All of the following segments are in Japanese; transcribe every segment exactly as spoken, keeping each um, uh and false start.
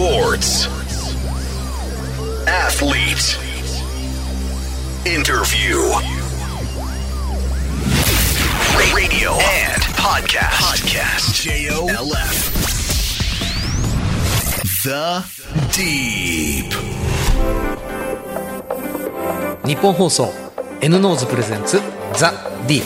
Sports Athlete Interview Radio and Podcast Podcast J O L F The Deep 日本放送 N ノーズプレゼンツ The Deep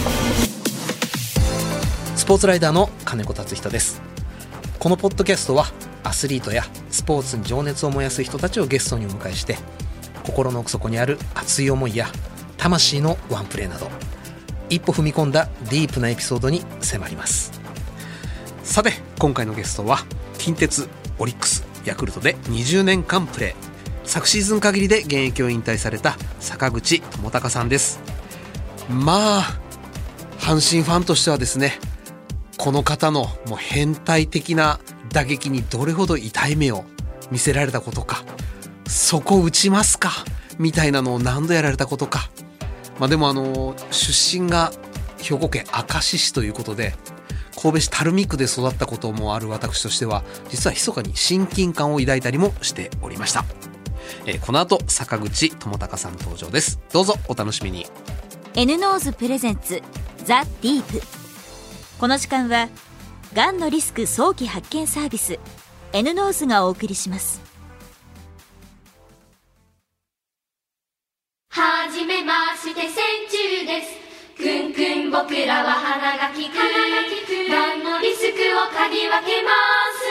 スポーツライダーの金子達人です。このポッドキャストはアスリートやスポーツに情熱を燃やす人たちをゲストにお迎えして、心の奥底にある熱い思いや魂のワンプレーなど、一歩踏み込んだディープなエピソードに迫ります。さて今回のゲストは近鉄、オリックス、ヤクルトでにじゅうねんかんプレー、昨シーズン限りで現役を引退された坂口智隆さんです。まあ阪神ファンとしてはですね、この方のもう変態的な打撃にどれほど痛い目を見せられたことか、そこ打ちますかみたいなのを何度やられたことか。まあでもあの出身が兵庫県明石市ということで、神戸市垂水区で育ったこともある私としては、実は密かに親近感を抱いたりもしておりました。えー、この後坂口智隆さん登場です。どうぞお楽しみに。 N ノーズプレゼンツ The Deep。 この時間はがんのリスク早期発見サービス N ノーズがお送りします。 はじめまして千中です。くんくん僕らは鼻が利く。がんのリスクを嗅ぎ分けます。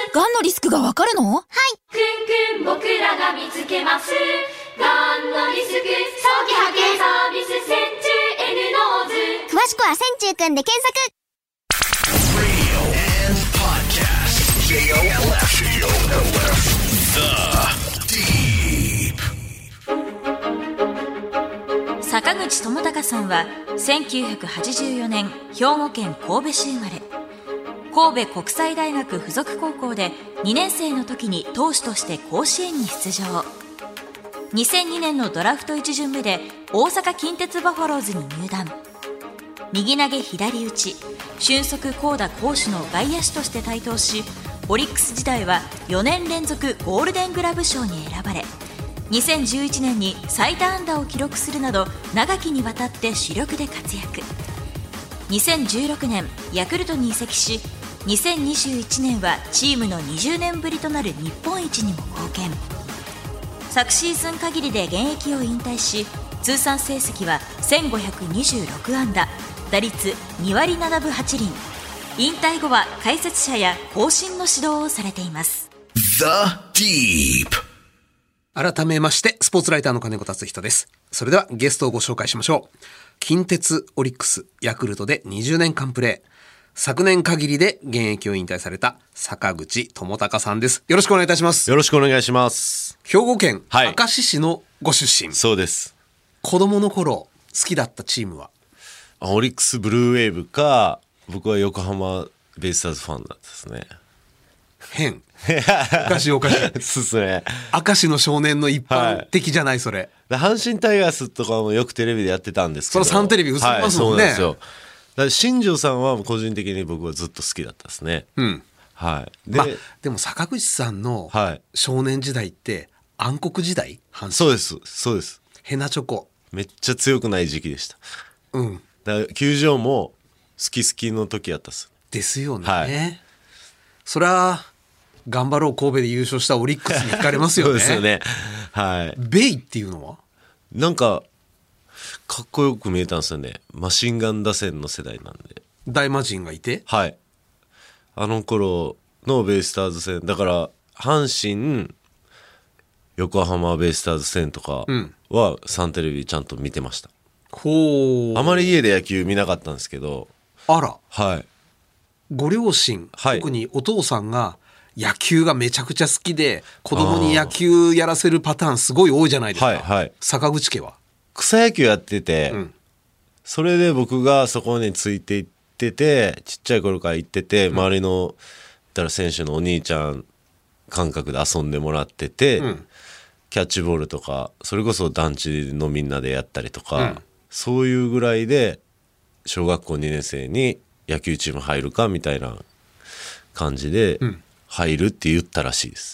がんのリスクがわかるの？はい。 くんくん僕らが見つけます。がんのリスク早期発見サービス千中 N ノーズ。 詳しくは千中くんで検索。 Radio and Podcast J O L F J O L F The Deep。 坂口智隆さんはせんきゅうひゃくはちじゅうよねん兵庫県神戸市生まれ。神戸国際大学附属高校でにねん生の時に投手として甲子園に出場。にせんにねんのドラフトいち巡目で大阪近鉄バファローズに入団。右投げ左打ち、俊足巧打攻守の外野手として台頭し、オリックス時代はよねん連続ゴールデングラブ賞に選ばれ、にせんじゅういちねんに最多安打を記録するなど長きにわたって主力で活躍。にせんじゅうろくねんヤクルトに移籍し、にせんにじゅういちねんはチームのにじゅうねんぶりとなる日本一にも貢献。昨シーズン限りで現役を引退し、通算成績はせんごひゃくにじゅうろくあんだ、打率にわりななぶはちりん。引退後は解説者や後進の指導をされています。 The Deep。 改めましてスポーツライターの金子達人です。それではゲストをご紹介しましょう。近鉄、オリックス、ヤクルトでにじゅうねんかんプレー、昨年限りで現役を引退された坂口智隆さんです。よろしくお願いいたします。 よろしくお願いします。 兵庫県はい明石市のご出身。 そうです。 子供の頃好きだったチームは？ オリックスブルーウェーブか、僕は横浜ベイスターズファンだったですね。 変おかしいおかしいそうですね。 明石の少年の一般的じゃない、それ。 で阪神タイガースとかもよくテレビでやってたんですけど、 そのサンテレビ映ってますもんね。 はい、そうなんですよ。だから新庄さんは個人的に僕はずっと好きだったですね。 うん。 はい。で、 まあ、でも坂口さんの少年時代って暗黒時代？阪神。 そうですそうです。 ヘナチョコ。 めっちゃ強くない時期でした。 うん。 だから球場も好き好きの時やったっす。 ですよね。 はい、 そりゃ頑張ろう神戸で優勝したオリックスに惹かれますよね。 そうですよね。はい。 ベイっていうのはなんかかっこよく見えたんですよね。マシンガン打線の世代なんで。 大魔神がいて、 はい。あの頃のベイスターズ戦だから、阪神横浜ベイスターズ戦とかはサンテレビちゃんと見てました。 ほう。 あまり家で野球見なかったんですけど。 あら。 はい。 ご両親、 はい、 特にお父さんが野球がめちゃくちゃ好きで、子供に野球やらせるパターンすごい多いじゃないですか。 はいはい。 坂口家は草野球やってて、うん、それで僕がそこについていってて、ちっちゃい頃から行ってて、周りのだから選手のお兄ちゃん感覚で遊んでもらってて、うん、キャッチボールとかそれこそ団地のみんなでやったりとか、うん、そういうぐらいで小学校にねん生に野球チーム入るかみたいな感じで入るって言ったらしいです。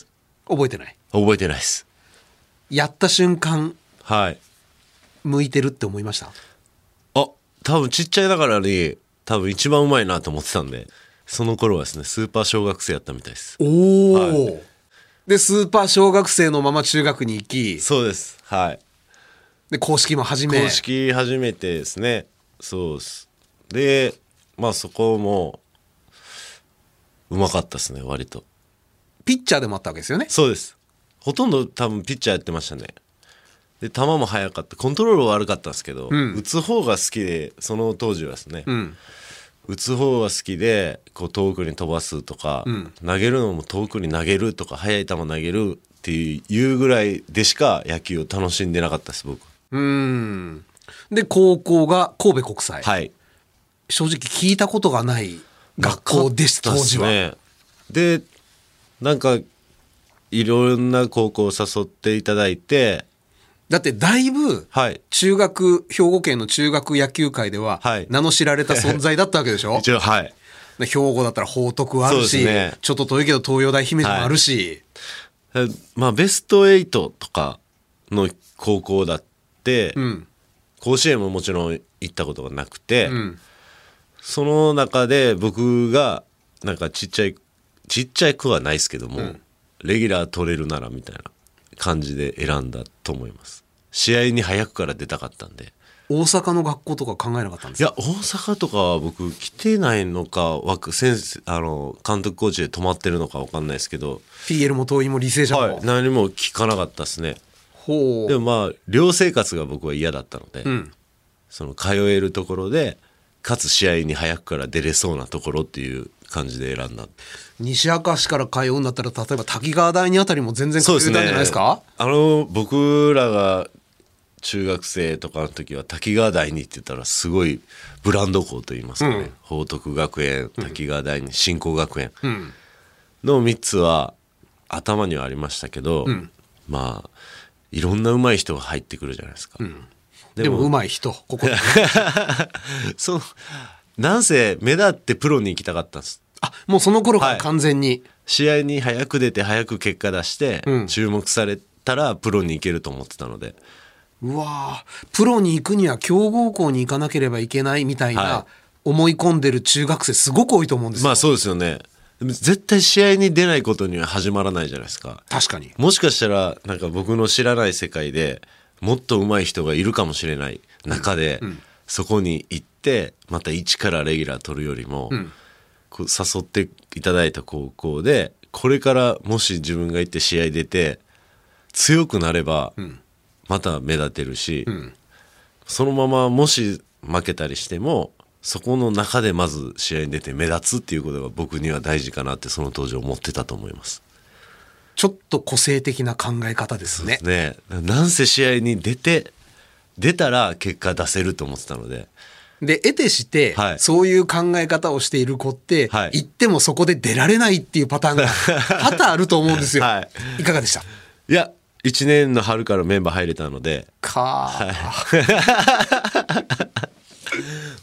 覚えてない。 覚えてないです。 やった瞬間はい向いてるって思いました？ あ、多分ちっちゃいながらに多分一番うまいなと思ってたんで、その頃はですねスーパー小学生やったみたいです。 おお、 はい、 でスーパー小学生のまま中学に行き、 そうです。はい。 で公式も始め公式始めてですね。そうです。でまあそこもうまかったですね。割とピッチャーでもあったわけですよね。 そうです。ほとんど多分ピッチャーやってましたね。で球も速かった、コントロールは悪かったんですけど、うん、打つ方が好きで、その当時はですね、うん、打つ方が好きでこう遠くに飛ばすとか、うん、投げるのも遠くに投げるとか速い球投げるっていうぐらいでしか野球を楽しんでなかったです僕。 うーん。で高校が神戸国際、 はい、 正直聞いたことがない学校でした当時は。 でなんかいろんな高校を誘っていただいて、 だってだいぶ中学、はい、兵庫県の中学野球界では名の知られた存在だったわけでしょ。 一応はい。 兵庫だったら報徳あるし、ね、ちょっと遠いけど東洋大姫路もあるし、 はい、まあベストはちとかの高校だって、うん、甲子園ももちろん行ったことがなくて、うん、その中で僕がなんかちっちゃいちっちゃい子はないですけども、うん、レギュラー取れるならみたいな感じで選んだと思います。試合に早くから出たかったんで。 大阪の学校とか考えなかったんですか？ いや大阪とかは僕来てないのか、先生あの監督コーチで泊まってるのか分かんないですけど、 ピーエル も東院も履正社も、はい、 何も聞かなかったですね。ほう。でもまあ寮生活が僕は嫌だったので、うん、その通えるところでかつ試合に早くから出れそうなところっていう感じで選んだ。 西明石から通うんだったら例えば滝川第二あたりも全然通えたんじゃないですか？ そうですね。あの僕らが中学生とかの時は滝川第二って言ったらすごいブランド校といいますかね、うん、報徳学園、滝川第二、新興学園のみっつは頭にはありましたけど、うん、まあいろんな上手い人が入ってくるじゃないですか、うん、 でも上手い人ここそうなんせ目立ってプロに行きたかったんです。 あ、もうその頃から完全に、はい、 試合に早く出て早く結果出して、うん、注目されたらプロに行けると思ってたので、 うわプロに行くには強豪校に行かなければいけないみたいな思い込んでる中学生すごく多いと思うんですよ。 まあそうですよね。絶対試合に出ないことには始まらないじゃないですか。 確かに。 もしかしたらなんか僕の知らない世界でもっと上手い人がいるかもしれない中で、うんうん、そこに行ってまた一からレギュラー取るよりも、うん、こう誘っていただいた高校でこれからもし自分が行って試合出て強くなれば、うんまた目立てるし、うん、そのままもし負けたりしてもそこの中でまず試合に出て目立つっていうことが僕には大事かなってその当時思ってたと思います。 ちょっと個性的な考え方ですね。 ね、なんせ試合に出て出たら結果出せると思ってたので、 で得てして、はい、そういう考え方をしている子って、はい、行ってもそこで出られないっていうパターンが多々あると思うんですよ、はい、いかがでした？ いやいちねんの春からメンバー入れたのでか、 はい、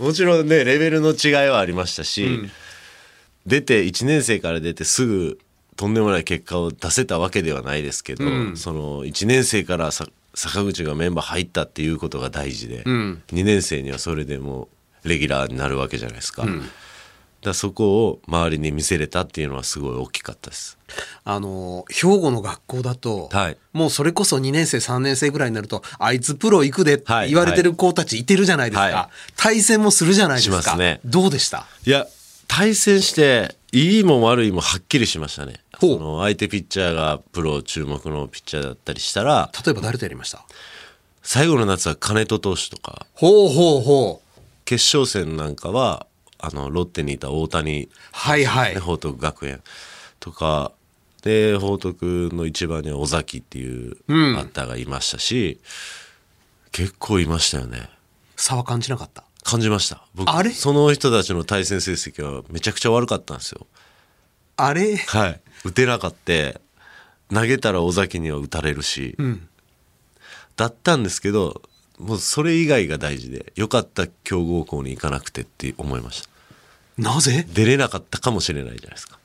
もちろんねレベルの違いはありましたし、うん、出ていちねん生から出てすぐとんでもない結果を出せたわけではないですけど、うん、そのいちねん生からさ坂口がメンバー入ったっていうことが大事で、うん、にねん生にはそれでもうレギュラーになるわけじゃないですか、うん、だからそこを周りに見せれたっていうのはすごい大きかったです。 あの兵庫の学校だと、はい、もうそれこそにねん生さんねん生ぐらいになるとあいつプロ行くでって言われてる子たちいてるじゃないですか、はいはい、対戦もするじゃないですか。しますね。どうでした？ いや対戦していいも悪いもはっきりしましたね。その相手ピッチャーがプロ注目のピッチャーだったりしたら、 例えば誰とやりました？ 最後の夏は金戸投手とか、 ほうほうほう。 決勝戦なんかはあのロッテにいた大谷、 はいはい、 報徳学園とかで報徳の一番には尾崎っていうバッターがいましたし、うん、結構いましたよね。 差は感じなかった？ 感じました。僕あれその人たちの対戦成績はめちゃくちゃ悪かったんですよ。 あれはい、打てなかった投げたら尾崎には打たれるし、うん、だったんですけどもうそれ以外が大事でよかった強豪校に行かなくてって思いました。 なぜ？ 出れなかったかもしれないじゃないですか。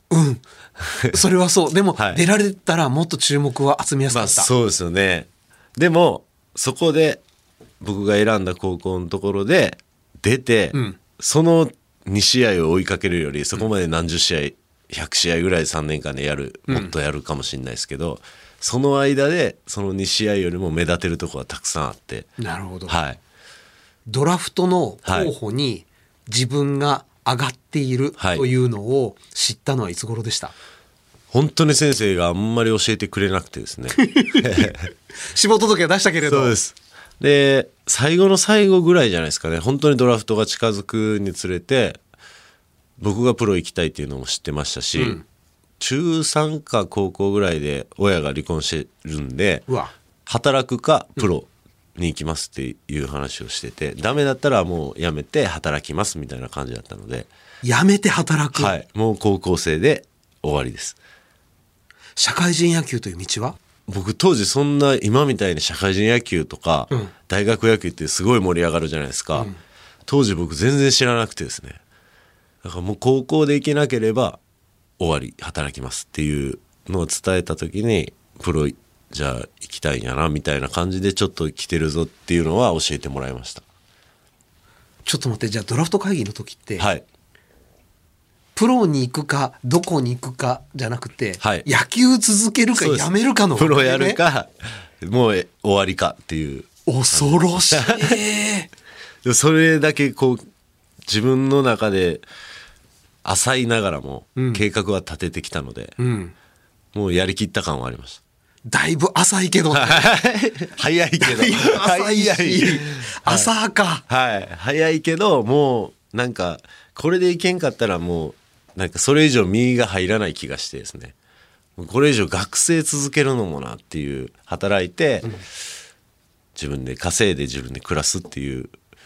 うんそれはそうでも、 はい出られたらもっと注目は集めやすかまった、 あそうですよね。でもそこで僕が選んだ高校のところで出て、 うんそのに試合を追いかけるよりそこまで何十試合ひゃく試合ぐらいさんねんかんでやる、もっとやるかもしれないですけど、その間でそのに試合よりも目立てるところはたくさんあって、 なるほど、 はい、 ドラフトの候補に自分が上がっているはいというのを知ったのはいつ頃でした？ 本当に先生があんまり教えてくれなくてですね志望届は出したけれど。 そうですで最後の最後ぐらいじゃないですかね、本当にドラフトが近づくにつれて僕がプロ行きたいっていうのも知ってましたし、うん、中さんか高校ぐらいで親が離婚してるんで、 うわ働くかプロに行きますっていう話をしてて、うん、ダメだったらもう辞めて働きますみたいな感じだったので、 辞めて働く、 はい、もう高校生で終わりです。 社会人野球という道は？ 僕当時そんな今みたいに社会人野球とか、うん、大学野球ってすごい盛り上がるじゃないですか、うん、当時僕全然知らなくてですね、だからもう高校で行けなければ終わり働きますっていうのを伝えた時に、プロじゃあ行きたいんやなみたいな感じでちょっと来てるぞっていうのは教えてもらいました。 ちょっと待って、じゃあドラフト会議の時って、 はい、 プロに行くかどこに行くかじゃなくて、はい、野球続けるかやめるかの、 ね、プロやるかもう終わりかっていう。 恐ろしいでそれだけこう自分の中で浅いながらも計画は立ててきたので、うん、もうやりきった感はありました。 だいぶ浅いけど、ね、 早いけど浅いし浅か、 はい、早いけどもうなんかこれでいけんかったらもうなんかそれ以上身が入らない気がしてですね、これ以上学生続けるのもなっていう、働いて、うん、自分で稼いで自分で暮らすっていう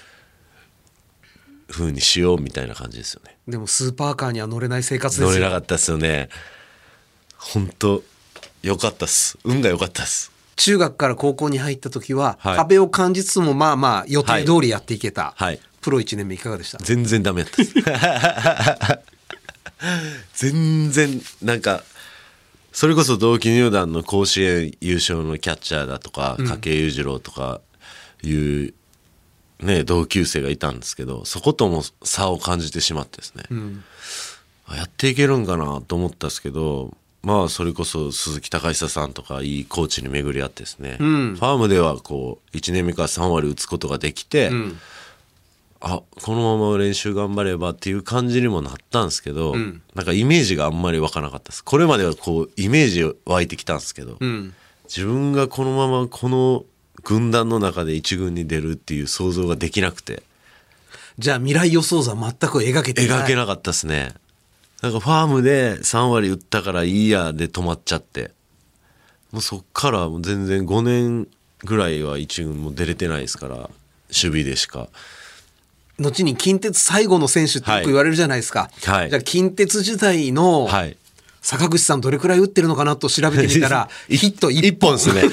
風にしようみたいな感じですよね。 でもスーパーカーには乗れない生活ですよ。 乗れなかったですよね。本当良かったっす。運が良かったっす。 中学から高校に入った時は、はい、壁を感じつつもまあまあ予定通りやっていけた、はいはい、プロいちねんめいかがでした？ 全然ダメだったです全然なんかそれこそ同期入団の甲子園優勝のキャッチャーだとか、うん、筧裕次郎とかいうね同級生がいたんですけど、そことも差を感じてしまってですね、うん、やっていけるんかなと思ったんですけど、まあそれこそ鈴木貴久さんとかいいコーチに巡り合ってですね、うん、ファームではこういちねんめからさん割打つことができて、うん、あこのまま練習頑張ればっていう感じにもなったんですけど、うん、なんかイメージがあんまり湧かなかったです。これまではこうイメージ湧いてきたんですけど、うん、自分がこのままこの軍団の中で一軍に出るっていう想像ができなくて。 じゃあ未来予想図は全く描けてない？ 描けなかったですね。なんかファームでさん割打ったからいいやで止まっちゃって、もうそっからもう全然ごねんぐらいは一軍も出れてないですから、守備でしか。 後に近鉄最後の選手ってよく言われるじゃないですか、はい、じゃあ近鉄時代の坂口さんどれくらい打ってるのかなと調べてみたらヒットいっぽんですね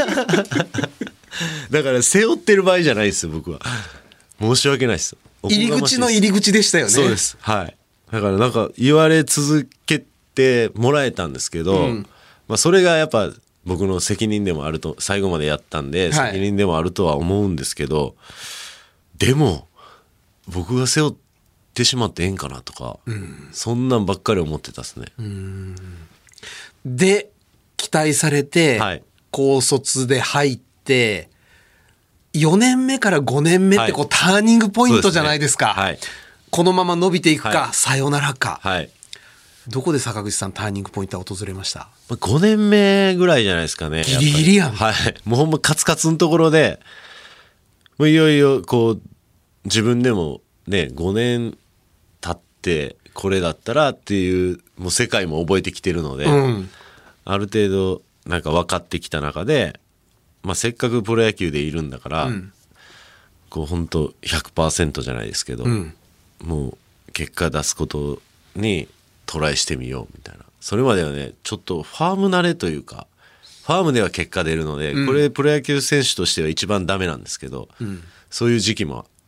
だから背負ってる場合じゃないですよ僕は。申し訳ないです。 入り口の入り口でしたよね。 そうです、はい。だからなんか言われ続けてもらえたんですけど、うん、まあ、それがやっぱ僕の責任でもあると、最後までやったんで責任でもあるとは思うんですけど、はい、でも僕が背負ってしまってええんかなとか、うん、そんなんばっかり思ってたっすね。 うん、で期待されて、はい、高卒で入ってよねんめからごねんめってこう、はい、ターニングポイントじゃないですか。はい、このまま伸びていくか、はい、さよならか、はい、どこで坂口さんターニングポイントは訪れました？ ごねんめぐらいじゃないですかね。 ギリギリやん。 はい、もうほんまカツカツのところでもういよいよこう自分でもねごねん経ってこれだったらっていうもう世界も覚えてきてるので、うん、ある程度なんか分かってきた中で、まあ、せっかくプロ野球でいるんだから、うん、こう本当 ひゃくパーセント じゃないですけど、うん、もう結果出すことにトライしてみようみたいな。それまではねちょっとファーム慣れというか、ファームでは結果出るので、うん、これプロ野球選手としては一番ダメなんですけど、うん、そういう時期も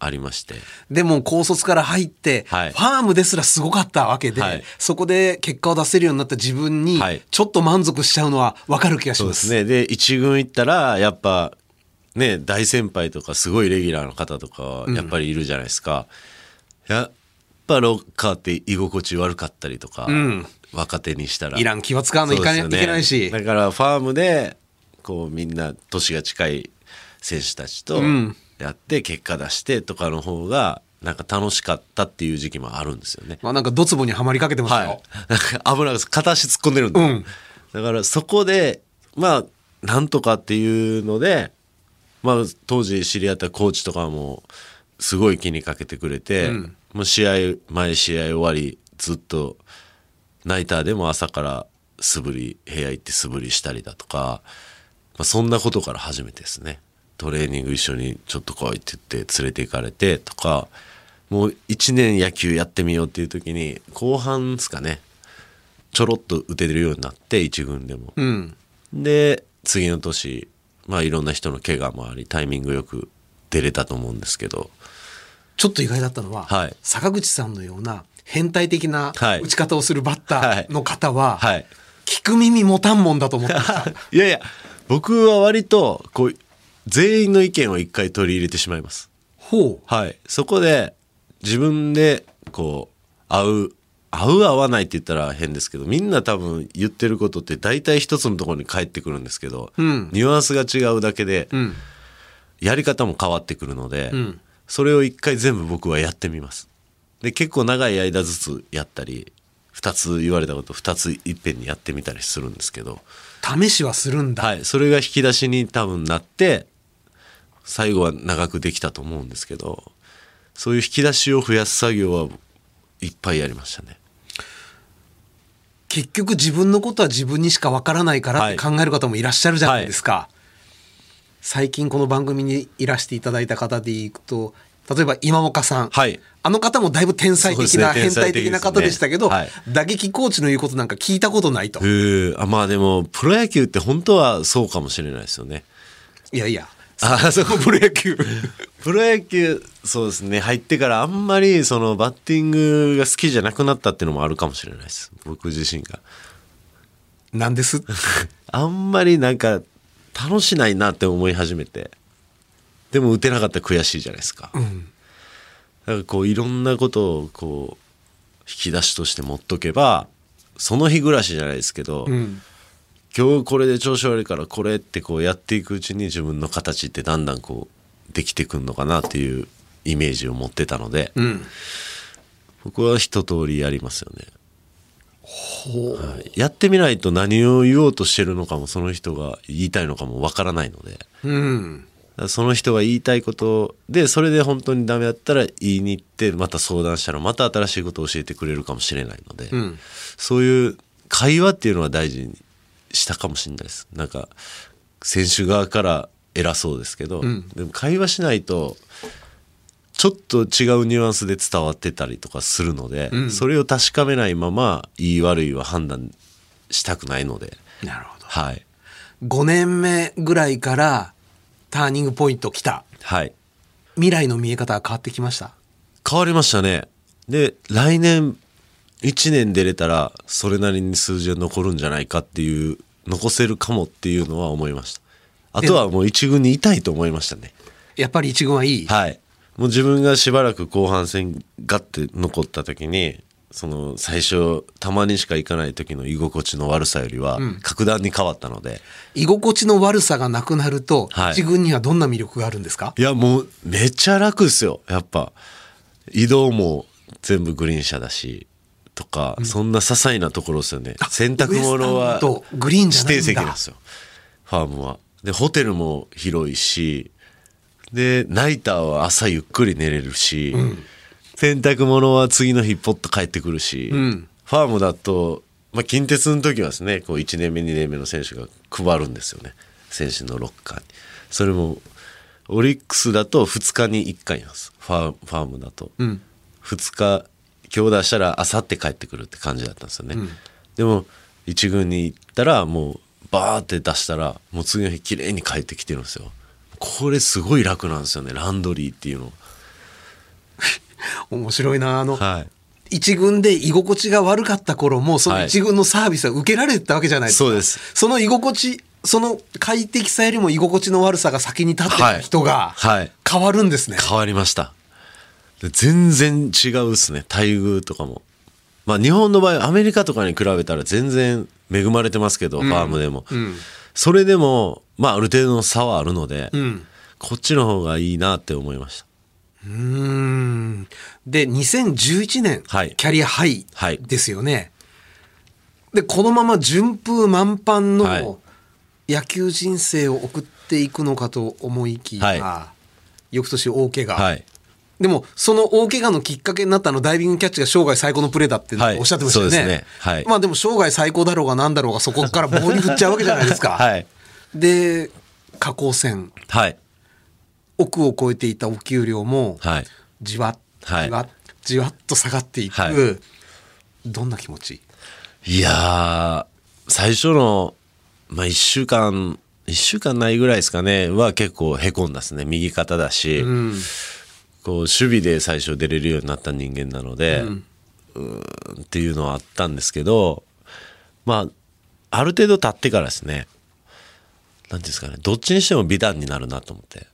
ありまして、 でも高卒から入って、 はい、 ファームですらすごかったわけで、はい、そこで結果を出せるようになった自分にちょっと満足しちゃうのは分かる気がします。 そうですね。で一軍行ったらやっぱね大先輩とかすごいレギュラーの方とかやっぱりいるじゃないですか、うん、やっぱロッカーって居心地悪かったりとか、うん、若手にしたらいらん気は使うのいか、ね、いけないし、 だからファームでこうみんな年が近い選手たちと、うんやって結果出してとかの方がなんか楽しかったっていう時期もあるんですよね。 まあなんかドツボにはまりかけてますよ。はい、 なんか危ない片足突っ込んでるんで、うん、だからそこでまあなんとかっていうので、まあ当時知り合ったコーチとかもすごい気にかけてくれて、うん、もう試合前試合終わりずっとナイターでも朝から素振り部屋行って素振りしたりだとか、まあ、そんなことから初めてですね。トレーニング一緒にちょっと来いって言って連れて行かれてとか、もういちねん野球やってみようっていう時に後半ですかねちょろっと打てるようになって一軍でも、うん、で次の年まあいろんな人の怪我もありタイミングよく出れたと思うんですけど、 ちょっと意外だったのは、はい、坂口さんのような変態的な打ち方をするバッターの方は、はいはい、聞く耳持たんもんだと思ってましたいやいや僕は割とこう全員の意見を一回取り入れてしまいます。 ほう。 はい。そこで自分でこう合う合う合わないって言ったら変ですけど、みんな多分言ってることって大体一つのところに返ってくるんですけど、うん、ニュアンスが違うだけで、うん、やり方も変わってくるので、うん、それを一回全部僕はやってみます。で結構長い間ずつやったり、二つ言われたこと二ついっぺんにやってみたりするんですけど、 試しはするんだ。 はい。それが引き出しに多分なって。最後は長くできたと思うんですけど、そういう引き出しを増やす作業はいっぱいやりましたね。 結局自分のことは自分にしかわからないからって考える方もいらっしゃるじゃないですか、はい、最近この番組にいらしていただいた方でいくと、例えば今岡さん、はい、あの方もだいぶ天才的な、ね、変態的な方でしたけど、はい、打撃コーチの言うことなんか聞いたことないと。 へー、あ、まあでもプロ野球って本当はそうかもしれないですよね。 いやいやあそこプロ野球プロ野球そうですね、入ってからあんまりそのバッティングが好きじゃなくなったっていうのもあるかもしれないです、僕自身が。 なんですあんまりなんか楽しないなって思い始めて、でも打てなかったら悔しいじゃないですか、うん、だからこういろんなことをこう引き出しとして持っとけば、その日暮らしじゃないですけど、うん、今日これで調子悪いからこれってこうやっていくうちに自分の形ってだんだんこうできてくんのかなっていうイメージを持ってたので、うん、僕は一通りやりますよね。ほう、はい、やってみないと何を言おうとしてるのかもその人が言いたいのかもわからないので、うん、その人が言いたいことでそれで本当にダメだったら言いに行ってまた相談したらまた新しいことを教えてくれるかもしれないので、うん、そういう会話っていうのは大事にしたかもしれないです。なんか選手側から偉そうですけど、うん、でも会話しないとちょっと違うニュアンスで伝わってたりとかするので、うん、それを確かめないままいい悪いは判断したくないので。 なるほど、 はい、 ごねんめぐらいからターニングポイント来た、 はい、 未来の見え方は変わってきました？ 変わりましたね。で来年いちねん出れたらそれなりに数字が残るんじゃないかっていう、残せるかもっていうのは思いました。あとはもう一軍にいたいと思いましたね。 やっぱり一軍はいい。 はい。もう自分がしばらく後半戦ガッて残った時に、その最初たまにしか行かない時の居心地の悪さよりは格段に変わったので、 うん、居心地の悪さがなくなると、はい、一軍にはどんな魅力があるんですか？ いやもうめっちゃ楽ですよ。やっぱ移動も全部グリーン車だしとか、うん、そんな些細なところですよね。洗濯物は指定席なんですよ、ファームは。でホテルも広いし、でナイターは朝ゆっくり寝れるし、うん、洗濯物は次の日ポッと帰ってくるし、うん、ファームだと、まあ、近鉄の時はですね、こういちねんめにねんめの選手が配るんですよね、選手のロッカーに。それもオリックスだとふつかにいっかいなんです。ファー、ファームだと、うん、ふつか今日出したらあさって帰ってくるって感じだったんですよね、うん、でも一軍に行ったらもうバーって出したらもう次の日綺麗に帰ってきてるんですよ。これすごい楽なんですよね、ランドリーっていうの。 面白いな。あの、 はい一軍で居心地が悪かった頃もその一軍のサービスは受けられてたわけじゃないですか、 そうです。 その居心地、その快適さよりも居心地の悪さが先に立ってた人がはい変わるんですね、 変わりました。で全然違うですね、待遇とかも。まあ日本の場合アメリカとかに比べたら全然恵まれてますけど、ファームでも、 うんそれでもまあある程度の差はあるので、 うんこっちの方がいいなって思いました。 うーんでにせんじゅういちねん、 はいキャリアハイはいですよね、でこのまま順風満帆はいの野球人生を送っていくのかと思いきや、 は翌年大怪我、 はいでもその大怪我のきっかけになったのダイビングキャッチが生涯最高のプレーだってはいおっしゃってましたよね、 そうですねはいまあでも生涯最高だろうがなんだろうがそこから棒に振っちゃうわけじゃないですか、 はいで下降線、 はい億を超えていたお給料もはいじわっはいじわっじわっと下がっていく、 はいどんな気持ち？ いやー最初の、まあ、いっしゅうかんいっしゅうかんないぐらいですかねは結構へこんだですね。右肩だし、 うんこう守備で最初出れるようになった人間なので、うん、うーんっていうのはあったんですけど、まあある程度経ってからですね、なんていうんですかね、どっちにしても美談になるなと思って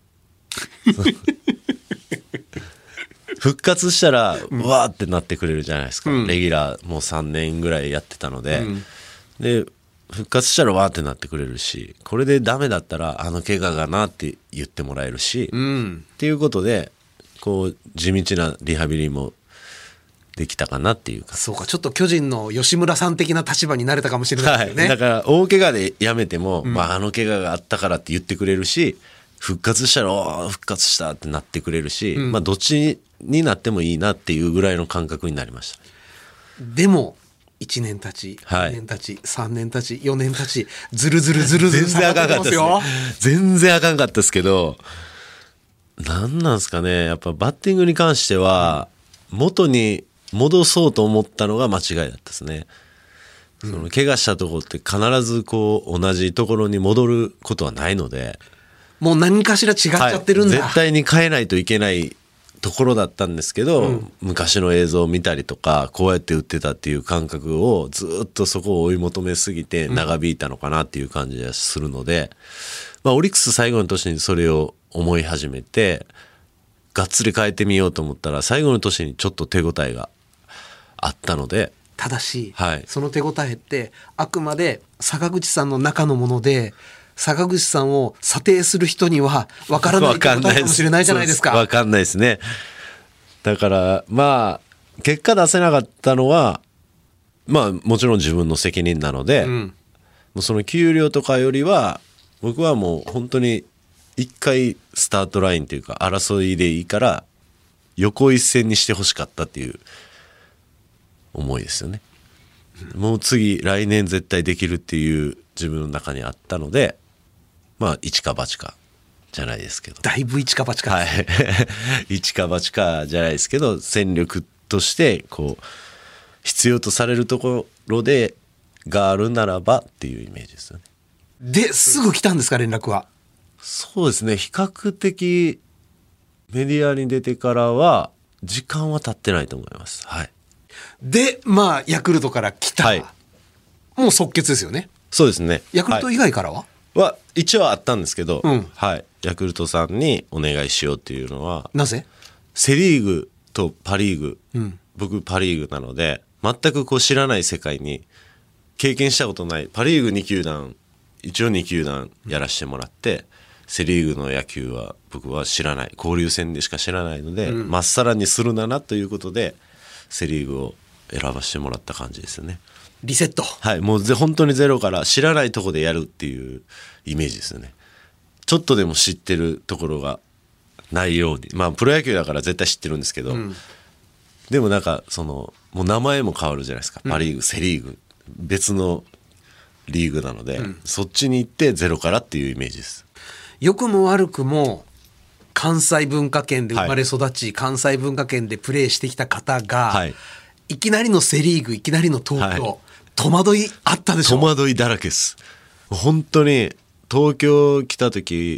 復活したら、うわーってなってくれるじゃないですか、 うんレギュラーもうさんねんぐらいやってたので、 うんで復活したらわーってなってくれるし、これでダメだったらあの怪我がなって言ってもらえるし、 うんっていうことでこう地道なリハビリもできたかなっていうか、 そうか、ちょっと巨人の吉村さん的な立場になれたかもしれないはい、 ですよね、 だから大怪我でやめても、まあ、あの怪我があったからって言ってくれるし、復活したらおー復活したってなってくれるし、 うんまあどっちになってもいいなっていうぐらいの感覚になりました。 でもいちねん経ち、 はいにねん経ち、さんねん経ち、よねん経ち、ずるずるずるずる全然あかんかったですねよ。 全然あかんかったですけど、なんなんですかね、やっぱバッティングに関しては元に戻そうと思ったのが間違いだったですね。その怪我したところって必ずこう同じところに戻ることはないので、 もう何かしら違っちゃってるんだ、 はい、絶対に変えないといけないところだったんですけど、うん、昔の映像を見たりとかこうやって打ってたっていう感覚をずっとそこを追い求めすぎて長引いたのかなっていう感じがするので、まあ、オリックス最後の年にそれを思い始めてがっつり変えてみようと思ったら最後の年にちょっと手応えがあったので、 ただし、 はい、 その手応えってあくまで坂口さんの中のもので坂口さんを査定する人には分からない手応えかもしれないじゃないですか。 分かんないですね。だからまあ結果出せなかったのはまあもちろん自分の責任なので、うん、もうその給料とかよりは僕はもう本当に一回スタートラインというか争いでいいから横一線にしてほしかったっていう思いですよね。もう次来年絶対できるっていう自分の中にあったので、まあ一か八かじゃないですけど、 だいぶ一か八か、 はい一か八かじゃないですけど戦力としてこう必要とされるところでがあるならばっていうイメージですよね。 ですぐ来たんですか連絡は？ そうですね、比較的メディアに出てからは時間は経ってないと思います。はい。 でまあヤクルトから来た、はい、もう即決ですよね。 そうですね。 ヤクルト以外からは、 はいは一応あったんですけど、 うん、 はい、ヤクルトさんにお願いしようっていうのはなぜ？ セリーグとパリーグ、 うん、 僕パリーグなので全くこう知らない世界に経験したことないパリーグに球団一応に球団やらせてもらって、うん、セリーグの野球は僕は知らない交流戦でしか知らないので、うん、まっさらにするななということでセリーグを選ばせてもらった感じですよね。 リセット。 はい、もうぜ本当にゼロから知らないとこでやるっていうイメージですよね。ちょっとでも知ってるところがないように、まあプロ野球だから絶対知ってるんですけど、うん、でもなんかそのもう名前も変わるじゃないですか、パリーグ、うん、セリーグ別のリーグなので、うん、そっちに行ってゼロからっていうイメージです。 良くも悪くも関西文化圏で生まれ育ち、はい、関西文化圏でプレーしてきた方が、はい、いきなりのセリーグいきなりの東京、はい、戸惑いあったでしょ？ 戸惑いだらけです。本当に東京来た時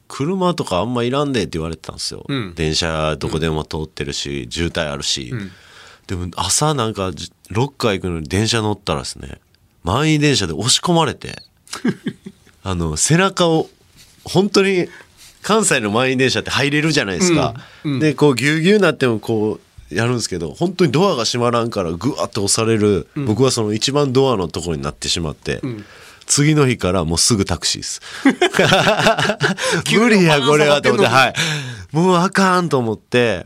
車とかあんまいらんでって言われてたんですよ、 うん、 電車どこでも通ってるし、うん、渋滞あるし、うん、でも朝なんかロッカー行くのに電車乗ったらですね、満員電車で押し込まれてあの背中を本当に関西の満員電車って入れるじゃないですか、うんうん、でこうギュうギュうなってもこうやるんですけど、本当にドアが閉まらんからグワッと押される、うん、僕はその一番ドアのところになってしまって、うん、次の日からもうすぐタクシーです無理やこれはと思って、はい、もうあかんと思って、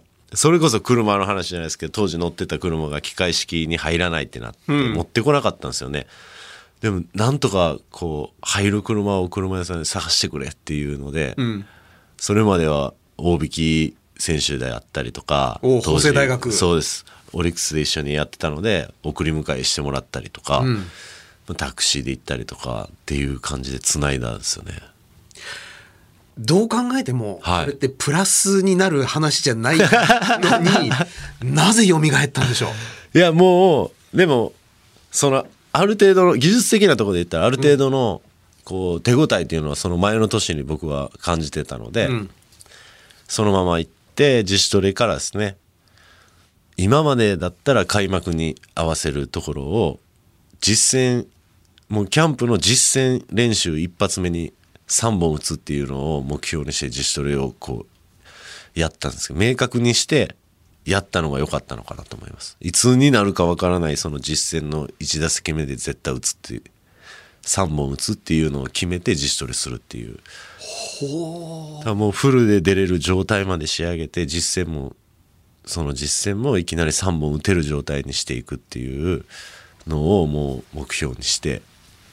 それこそ車の話じゃないですけど、当時乗ってた車が機械式に入らないってなって、うん、持ってこなかったんですよね。でもなんとかこう入る車を車屋さんで探してくれっていうので、うん、それまでは大引選手であったりとか、 法政大学、 そうです、オリックスで一緒にやってたので送り迎えしてもらったりとか、うん、タクシーで行ったりとかっていう感じでつないだんですよね。 どう考えても、はい、これってプラスになる話じゃないのになぜ蘇ったんでしょう。いやもうでもそのある程度の技術的なところで言ったらある程度のこう手応えっていうのはその前の年に僕は感じてたので、うん、そのまま行って自主トレからですね、今までだったら開幕に合わせるところを実践、もうキャンプの実践練習一発目にさんぼん打つっていうのを目標にして自主トレをこうやったんですけど、明確にしてやったのが良かったのかなと思います。いつになるかわからないその実践のいち打席目で絶対打つっていう、さんぼん打つっていうのを決めて自主トレするっていう、ほー、もうフルで出れる状態まで仕上げて、実践もその実践もいきなりさんぼん打てる状態にしていくっていうのをもう目標にして、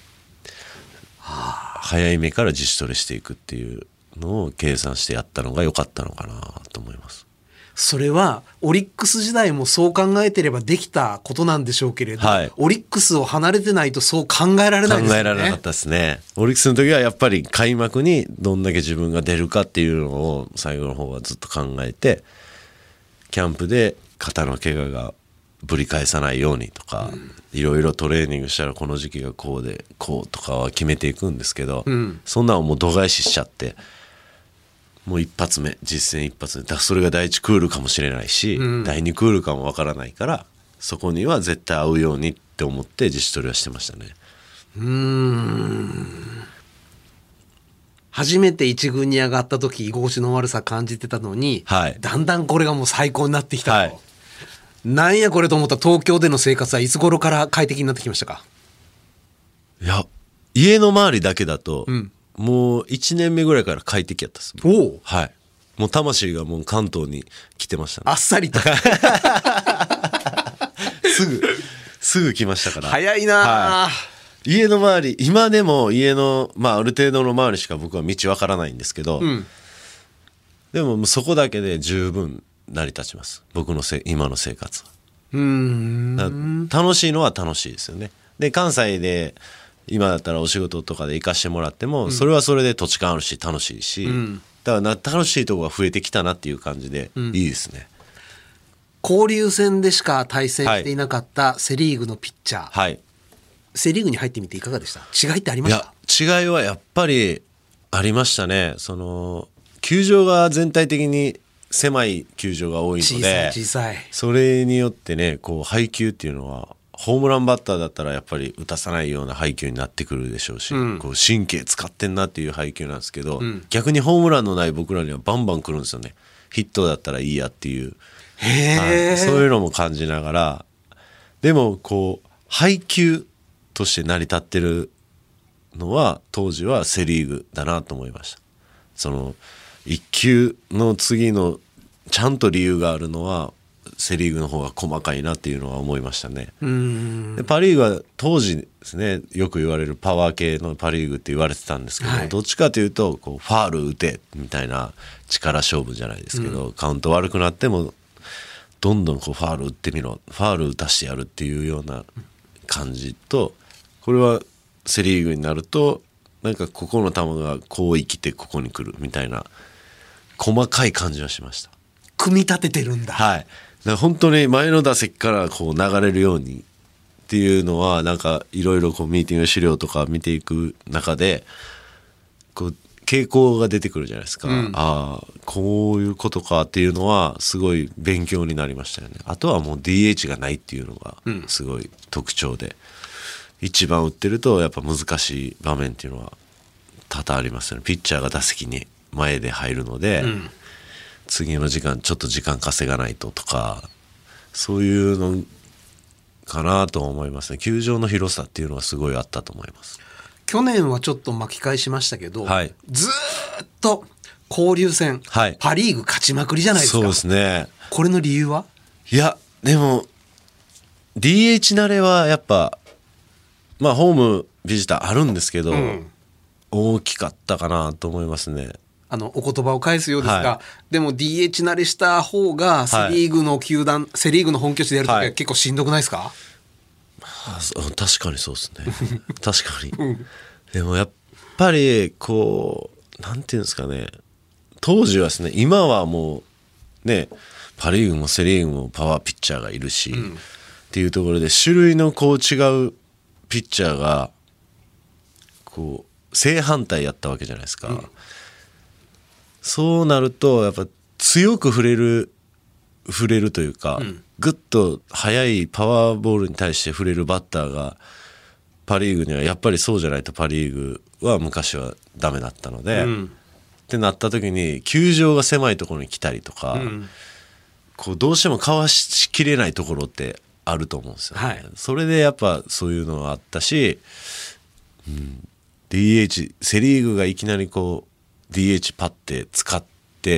早い目から自主トレしていくっていうのを計算してやったのが良かったのかなと思います。 それはオリックス時代もそう考えてればできたことなんでしょうけれど、はい、オリックスを離れてないとそう考えられないですよね。 考えられなかったですね。オリックスの時はやっぱり開幕にどんだけ自分が出るかっていうのを最後の方はずっと考えて、キャンプで肩の怪我がぶり返さないようにとか、いろいろトレーニングしたらこの時期がこうでこうとかは決めていくんですけど、うん、そんなのもう度外視しちゃって、もう一発目実践一発目だ、それが第一クールかもしれないし、うん、第二クールかもわからないから、そこには絶対合うようにって思って自主トレはしてましたね。 うーん、初めて一軍に上がった時居心地の悪さ感じてたのに、はい、だんだんこれがもう最高になってきたと、はい、なんやこれと思った東京での生活はいつ頃から快適になってきましたか。 いや、家の周りだけだと、うん、もういちねんめぐらいから快適やったっす。 おお、 はい、もう魂がもう関東に来てましたね。 あっさりとすぐすぐ来ましたから。 早いな、 はい、家の周り、今でも家の、まあ、ある程度の周りしか僕は道わからないんですけど、うん、でももうそこだけで十分成り立ちます、僕のせ今の生活は。うーん、楽しいのは楽しいですよね。で関西で今だったらお仕事とかで行かしてもらっても、うん、それはそれで土地勘あるし楽しいし、うん、だからな楽しいところが増えてきたなっていう感じで、うん、いいですね。 交流戦でしか対戦していなかったセリーグのピッチャー、はい、セリーグに入ってみていかがでした？違いってありました？ いや、違いはやっぱりありましたね。その球場が全体的に狭い球場が多いので、 小さい小さい、 それによってね、こう配球っていうのはホームランバッターだったらやっぱり打たさないような配球になってくるでしょうし、うん、こう神経使ってんなっていう配球なんですけど、うん、逆にホームランのない僕らにはバンバン来るんですよね。ヒットだったらいいやっていう、 へー、 はい、そういうのも感じながら、でもこう配球として成り立ってるのは当時はセリーグだなと思いました。そのいっ球の次のちゃんと理由があるのはセリーグの方が細かいなっていうのは思いましたね。うーん、でパリーグは当時ですね、よく言われるパワー系のパリーグって言われてたんですけど、はい、どっちかというとこうファール打てみたいな力勝負じゃないですけど、うん、カウント悪くなってもどんどんこうファール打ってみろ、ファール打たしてやるっていうような感じと、これはセリーグになるとなんかここの球がこう生きてここに来るみたいな細かい感じはしました。 組み立ててるんだ。 はい、だから本当に前の打席からこう流れるようにっていうのはなんかいろいろこうミーティング資料とか見ていく中でこう傾向が出てくるじゃないですか、 うん、 ああこういうことかっていうのはすごい勉強になりましたよね。あとはもう ディーエイチ がないっていうのがすごい特徴で、うん、一番打ってるとやっぱ難しい場面っていうのは多々ありますよね。ピッチャーが打席に前で入るので、うん、次の時間ちょっと時間稼がないととか、そういうのかなと思いますね。球場の広さっていうのはすごいあったと思います。 去年はちょっと巻き返しましたけど、 はい、 ずっと交流戦、はい、パリーグ勝ちまくりじゃないですか。 そうですね。 これの理由は？ いやでも ディーエイチ 慣れはやっぱまあホームビジターあるんですけど、うん、大きかったかなと思いますね。 あのお言葉を返すようですが、はい、でも ディーエイチ 慣れした方がセリーグの球団、はい、セリーグの本拠地でやるときは結構しんどくないですか？ あ確かにそうですね確かに、うん、でもやっぱりこうなんていうんですかね、当時はですね、今はもうねパリーグもセリーグもパワーピッチャーがいるし、うん、っていうところで種類のこう違うピッチャーがこう正反対やったわけじゃないですか、うん、そうなるとやっぱ強く触れる触れるというか、うん、ぐっと速いパワーボールに対して触れるバッターがパリーグにはやっぱりそうじゃないとパリーグは昔はダメだったので、うん、ってなった時に球場が狭いところに来たりとか、うん、こうどうしてもかわしきれないところってあると思うんですよね、はい、それでやっぱそういうのがあったし、うん、ディーエイチ セリーグがいきなりこう ディーエイチ パッて使って、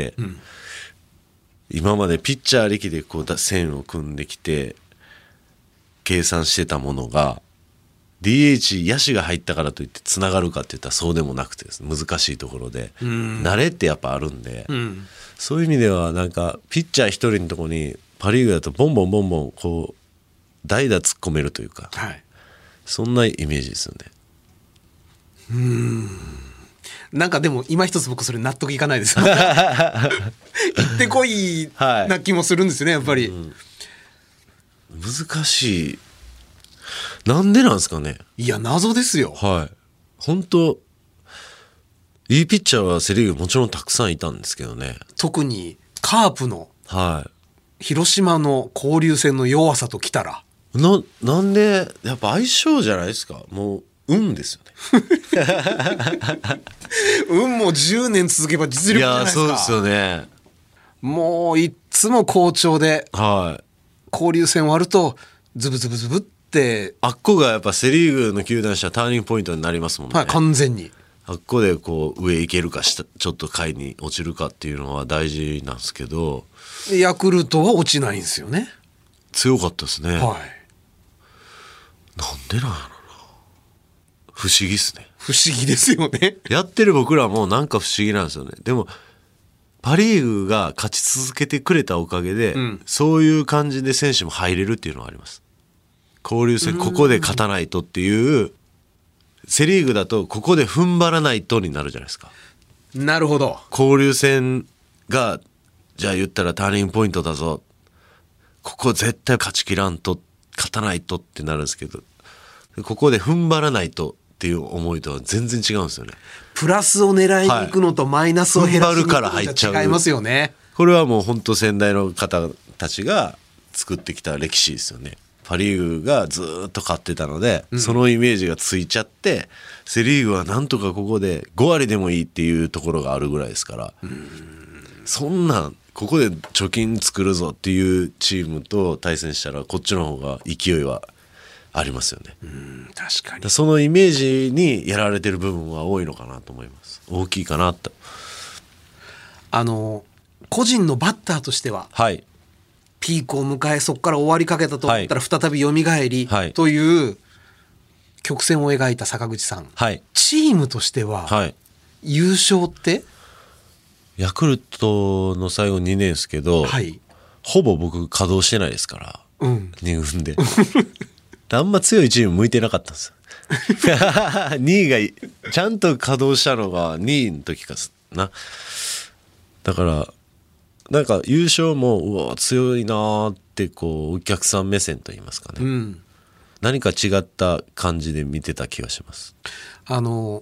うん、今までピッチャー力でこう線を組んできて計算してたものが ディーエイチ 野手が入ったからといってつながるかっていったらそうでもなくてですね、難しいところで、うん、慣れってやっぱあるんで、うん、そういう意味ではなんかピッチャー一人のところにパリーグだとボンボンボンボンこう代打突っ込めるというか、はい、そんなイメージですよね。 うーんなんかでも今一つ僕それ納得いかないです行ってこいな気もするんですよね、やっぱり、うん、 難しい。なんでなんですかね。 いや謎ですよ。 はい本当いいピッチャーはセリーグもちろんたくさんいたんですけどね。 特にカープの広島の交流戦の弱さときたらな, なんでやっぱ相性じゃないですか。もう運ですよね運もじゅうねん続けば実力じゃないですか。 いやそうですよね。 もういつも好調で、 はい、 交流戦終わるとズブズブズブってあっこがやっぱセリーグの球団したターニングポイントになりますもんね、 はい、完全にあっこでこう上行けるか下ちょっと下位に落ちるかっていうのは大事なんですけど、 ヤクルトは落ちないんですよね。 強かったですね、はい、なんでなんやろな。不思議っすね。 不思議ですよね。 やってる僕らもなんか不思議なんですよね。でもパリーグが勝ち続けてくれたおかげで、うん、そういう感じで選手も入れるっていうのはあります。交流戦ここで勝たないとっていう、セリーグだとここで踏ん張らないとになるじゃないですか。 なるほど。 交流戦がじゃあ言ったらターニングポイントだぞ、ここ絶対勝ちきらんと勝たないとってなるんですけど、ここで踏ん張らないとっていう思いとは全然違うんですよね。 プラスを狙いに行くのとマイナスを減らしに行くのと違いますよね。 これはもう本当先代の方たちが作ってきた歴史ですよね。パリーグがずっと勝ってたので、うん、そのイメージがついちゃってセリーグはなんとかここでご割でもいいっていうところがあるぐらいですから、うーんそんなんここで貯金作るぞっていうチームと対戦したらこっちの方が勢いはありますよね。 うん、確かに。 そのイメージにやられてる部分は多いのかなと思います。大きいかなと。 あの個人のバッターとしては、はい、ピークを迎えそこから終わりかけたと思ったら再び蘇り、はい、という曲線を描いた坂口さん、はい、チームとしては、はい、優勝ってヤクルトの最後にねんですけど、はい、ほぼ僕稼働してないですから、うん、に軍であんま強いチーム向いてなかったんですにいがちゃんと稼働したのがにいの時かな。だからなんか優勝もうわ強いなってこうお客さん目線といいますかね、うん、何か違った感じで見てた気がします。 あの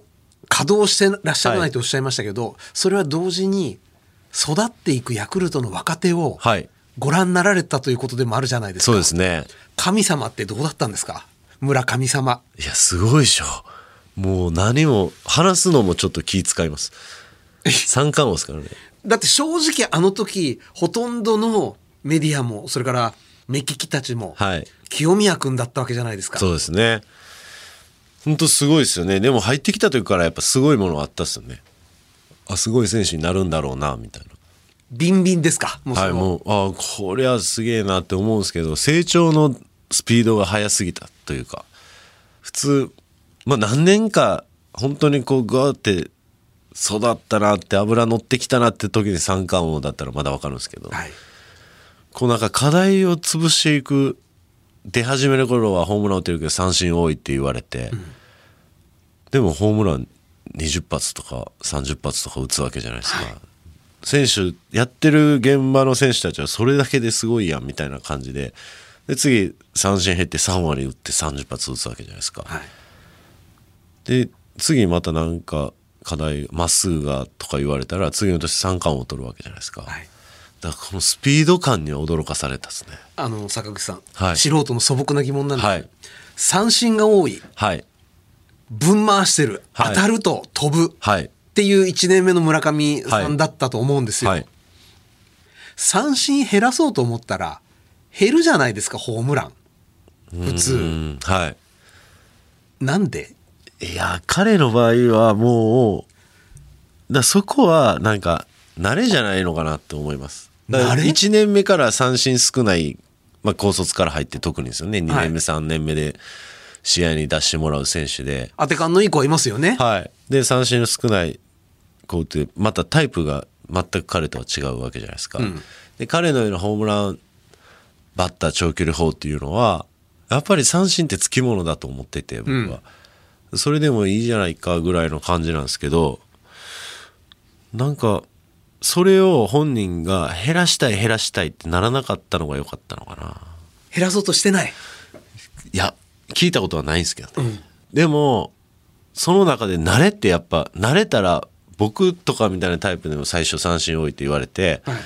稼働してらっしゃらないとおっしゃいましたけど、はい、それは同時に育っていくヤクルトの若手をご覧になられたということでもあるじゃないですか。 そうですね。 神様ってどうだったんですか、村神様。 いやすごいでしょ。もう何も話すのもちょっと気使います。三冠王ですからね。 だって正直あの時ほとんどのメディアもそれから目利きたちも清宮君だったわけじゃないですか、 はい、そうですね。本当すごいですよね。でも入ってきた時からやっぱすごいものがあったっすよね。あすごい選手になるんだろうなみたいな。 ビンビンですか。もうその、 はい、もうあこれはすげえなって思うんですけど、成長のスピードが速すぎたというか、普通、まあ、何年か本当にこうガーって育ったなって油乗ってきたなって時に三冠王だったらまだ分かるんですけど、はい、こうなんか課題を潰していく、出始めの頃はホームラン打てるけど三振多いって言われて、うん、でもホームランにじゅっ発とかさんじゅっ発とか打つわけじゃないですか、はい、選手やってる現場の選手たちはそれだけですごいやんみたいな感じで、で次三振減ってさん割打ってさんじゅっ発打つわけじゃないですか、はい、で次またなんか課題まっすぐがとか言われたら次の年三冠王を取るわけじゃないですか、はい、だからこのスピード感には驚かされたですね。 あの坂口さん、 はい、 素人の素朴な疑問なんですけど、 はい、 三振が多い、はい、分回してる、はい、当たると飛ぶ、はい、っていういちねんめの村上さんだったと思うんですよ、はいはい、三振減らそうと思ったら減るじゃないですか、ホームラン普通、はい、なんで。 いや彼の場合はもうだそこはなんか慣れじゃないのかなって思います。だからいちねんめから三振少ない、まあ、高卒から入って特にですよね、にねんめ、はい、さんねんめで試合に出してもらう選手で当て感のいい子はいますよね、 はい、で三振の少ない子ってまたタイプが全く彼とは違うわけじゃないですか、うん、で彼のようなホームランバッター長距離砲っていうのはやっぱり三振ってつきものだと思ってて僕は、うん、それでもいいじゃないかぐらいの感じなんですけど、なんかそれを本人が減らしたい減らしたいってならなかったのが良かったのかな。 減らそうとしてない。 いや聞いたことはないんですけどね、うん、でもその中で慣れってやっぱ慣れたら僕とかみたいなタイプでも最初三振多いって言われて、はい、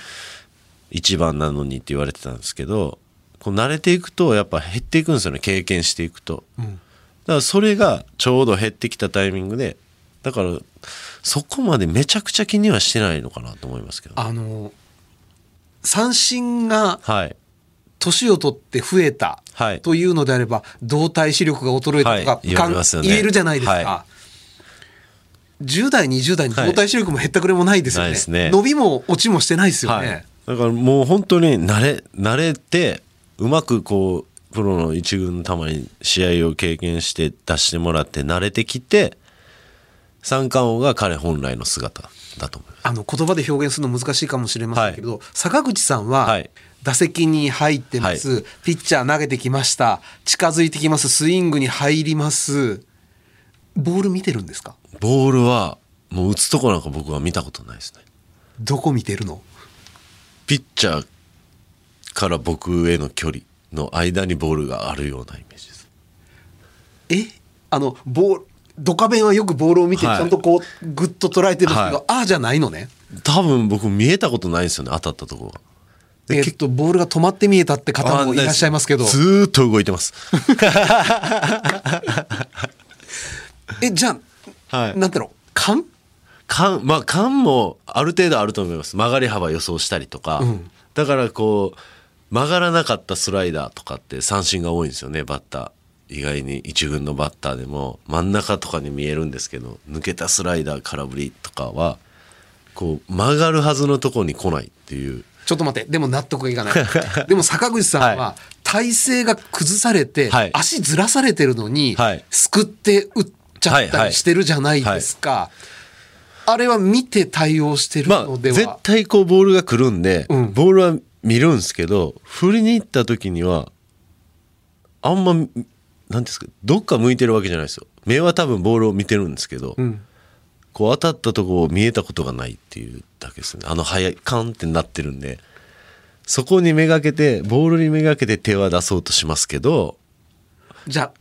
いちばんなのにって言われてたんですけど、こう慣れていくとやっぱ減っていくんですよね、経験していくと、うん、だからそれがちょうど減ってきたタイミングで、だからそこまでめちゃくちゃ気にはしてないのかなと思いますけど、 あの三振が年を取って増えたというのであれば、はい、動体視力が衰えたとか、はい、言われますよね、言えるじゃないですか、はい、じゅう代にじゅう代に動体視力も減ったくれもないですよね、はい、ないですね。伸びも落ちもしてないですよね、はい、 だからもう本当に慣れ慣れてうまくこうプロの一軍のたまに試合を経験して出してもらって慣れてきて三冠王が彼本来の姿だと思います。 あの言葉で表現するの難しいかもしれませんけど、はい、坂口さんは打席に入ってます、はい、ピッチャー投げてきました、近づいてきます、スイングに入ります、ボール見てるんですか？ ボールはもう打つとこなんか僕は見たことないですね。 どこ見てるの？ ピッチャーから僕への距離の間にボールがあるようなイメージです。 えあのボールドカベンはよくボールを見てちゃんとこう、はい、グッと捉えてるんですけど、はい、ああじゃないのね。 多分僕見えたことないんですよね、当たったところが。 えー、っとボールが止まって見えたって方もいらっしゃいますけど、 ずーっと動いてますえじゃあ、はい、なんだろう勘勘まあ勘もある程度あると思います。曲がり幅予想したりとか、うん、だからこう曲がらなかったスライダーとかって三振が多いんですよね、バッター。意外に一軍のバッターでも真ん中とかに見えるんですけど、抜けたスライダー空振りとかはこう曲がるはずのとこに来ないっていう。 ちょっと待って、でも納得いかないでも坂口さんは体勢が崩されて、はい、足ずらされてるのに、はい、すくって打っちゃったりしてるじゃないですか、はいはいはい、あれは見て対応してるのでは、 まあ、絶対こうボールが来るんで、うん、ボールは見るんですけど、振りに行った時にはあんまなんですか、どっか向いてるわけじゃないですよ。目は多分ボールを見てるんですけど、うん、こう当たったところを見えたことがないっていうだけですね。あの速いカンってなってるんで、そこにめがけてボールにめがけて手は出そうとしますけど、 じゃあ